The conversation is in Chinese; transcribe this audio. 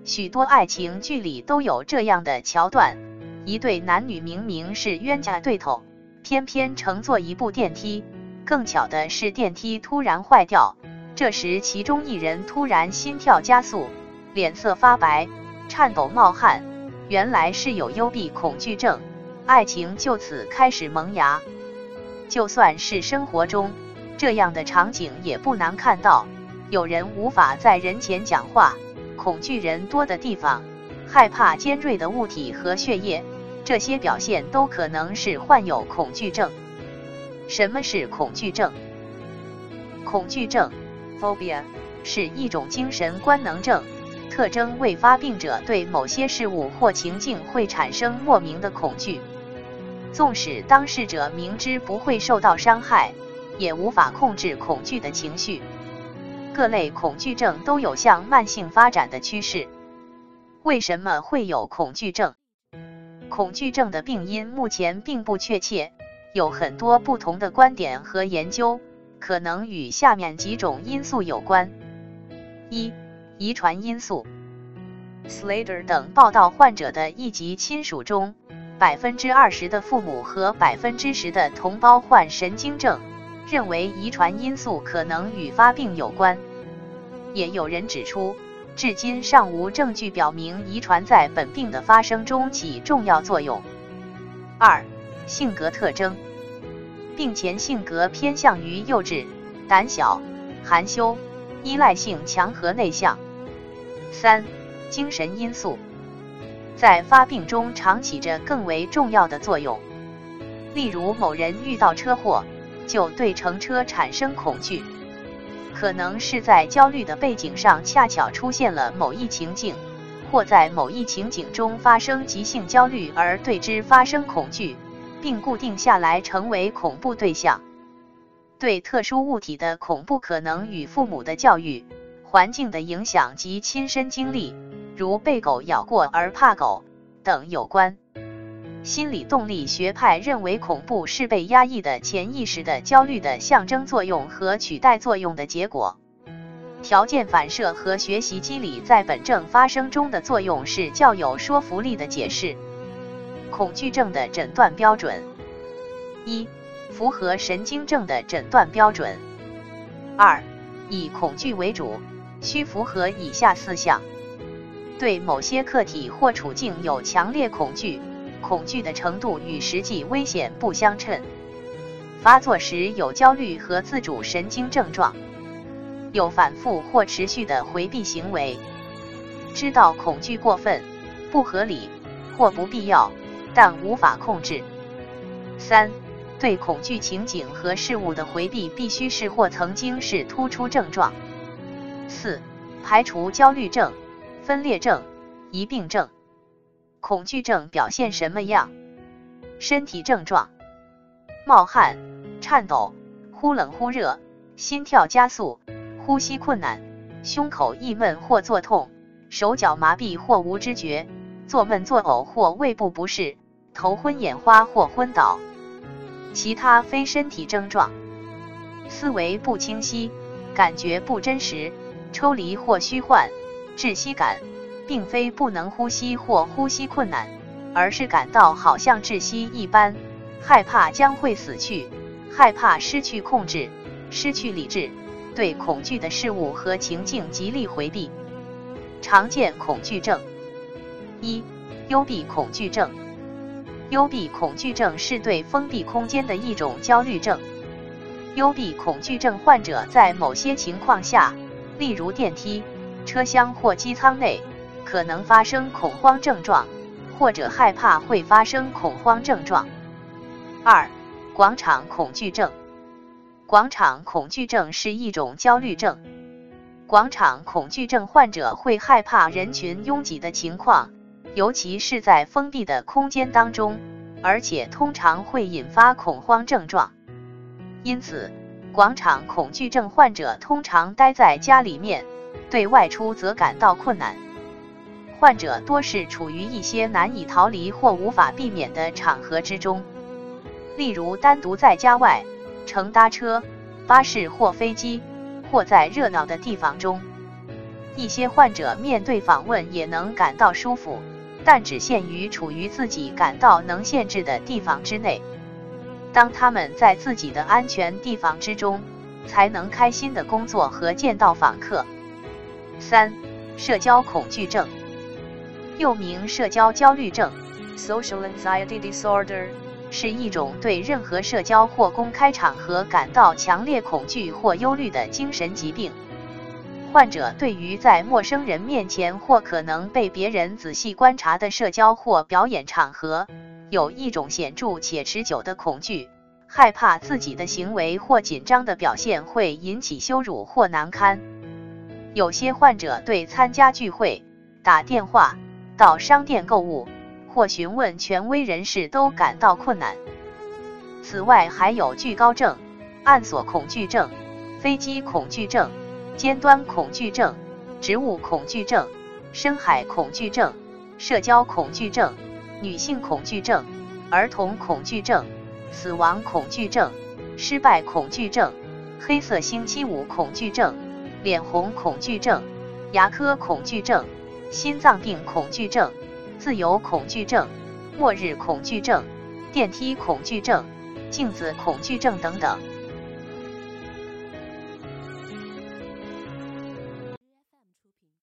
许多爱情剧里都有这样的桥段，一对男女明明是冤家对头，偏偏乘坐一部电梯，更巧的是电梯突然坏掉，这时其中一人突然心跳加速，脸色发白，颤抖冒汗，原来是有幽闭恐惧症，爱情就此开始萌芽。就算是生活中，这样的场景也不难看到，有人无法在人前讲话，恐惧人多的地方，害怕尖锐的物体和血液，这些表现都可能是患有恐惧症。什么是恐惧症？恐惧症 phobia 是一种精神官能症，特征为发病者对某些事物或情境会产生莫名的恐惧，纵使当事者明知不会受到伤害，也无法控制恐惧的情绪。各类恐惧症都有向慢性发展的趋势。为什么会有恐惧症？恐惧症的病因目前并不确切，有很多不同的观点和研究，可能与下面几种因素有关。一、遗传因素。Slater 等报道患者的一级亲属中，20%的父母和10%的同胞患神经症，认为遗传因素可能与发病有关。也有人指出，至今尚无证据表明遗传在本病的发生中起重要作用。二、性格特征。病前性格偏向于幼稚、胆小、含羞、依赖性强和内向。三、精神因素。在发病中常起着更为重要的作用。例如某人遇到车祸，就对乘车产生恐惧，可能是在焦虑的背景上恰巧出现了某一情境，或在某一情景中发生急性焦虑而对之发生恐惧，并固定下来成为恐怖对象。对特殊物体的恐怖可能与父母的教育、环境的影响及亲身经历，如被狗咬过而怕狗等有关。心理动力学派认为恐怖是被压抑的潜意识的焦虑的象征作用和取代作用的结果。条件反射和学习机理在本症发生中的作用是较有说服力的解释。恐惧症的诊断标准。一、符合神经症的诊断标准。二、以恐惧为主，需符合以下4项：对某些客体或处境有强烈恐惧，恐惧的程度与实际危险不相称；发作时有焦虑和自主神经症状；有反复或持续的回避行为；知道恐惧过分、不合理或不必要，但无法控制。3、对恐惧情景和事物的回避必须是或曾经是突出症状。4、排除焦虑症、分裂症、疑病症。恐惧症表现什么样？身体症状：冒汗、颤抖、忽冷忽热、心跳加速、呼吸困难、胸口郁闷或作痛、手脚麻痹或无知觉、做闷作呕或胃部不适、头昏眼花或昏倒。其他非身体症状：思维不清晰、感觉不真实、抽离或虚幻、窒息感，并非不能呼吸或呼吸困难，而是感到好像窒息一般，害怕将会死去，害怕失去控制，失去理智，对恐惧的事物和情境极力回避。常见恐惧症。1、幽闭恐惧症。幽闭恐惧症是对封闭空间的一种焦虑症。幽闭恐惧症患者在某些情况下，例如电梯、车厢或机舱内，可能发生恐慌症状，或者害怕会发生恐慌症状。2、广场恐惧症。广场恐惧症是一种焦虑症。广场恐惧症患者会害怕人群拥挤的情况，尤其是在封闭的空间当中，而且通常会引发恐慌症状。因此，广场恐惧症患者通常待在家里面，对外出则感到困难。患者多是处于一些难以逃离或无法避免的场合之中，例如单独在家外、乘搭车、巴士或飞机，或在热闹的地方中。 一些患者面对访问也能感到舒服，但只限于处于自己感到能限制的地方之内。当他们在自己的安全地方之中，才能开心地工作和见到访客。3. 社交恐惧症，又名社交焦虑症 （Social Anxiety Disorder）， 是一种对任何社交或公开场合感到强烈恐惧或忧虑的精神疾病。患者对于在陌生人面前或可能被别人仔细观察的社交或表演场合，有一种显著且持久的恐惧，害怕自己的行为或紧张的表现会引起羞辱或难堪。有些患者对参加聚会、打电话、到商店购物或询问权威人士都感到困难。此外，还有惧高症、暗锁恐惧症、飞机恐惧症、尖端恐惧症、植物恐惧症、深海恐惧症、社交恐惧症、女性恐惧症、儿童恐惧症、死亡恐惧症、失败恐惧症、黑色星期五恐惧症、脸红恐惧症、牙科恐惧症、心脏病恐惧症、自由恐惧症、末日恐惧症、电梯恐惧症、镜子恐惧症等等。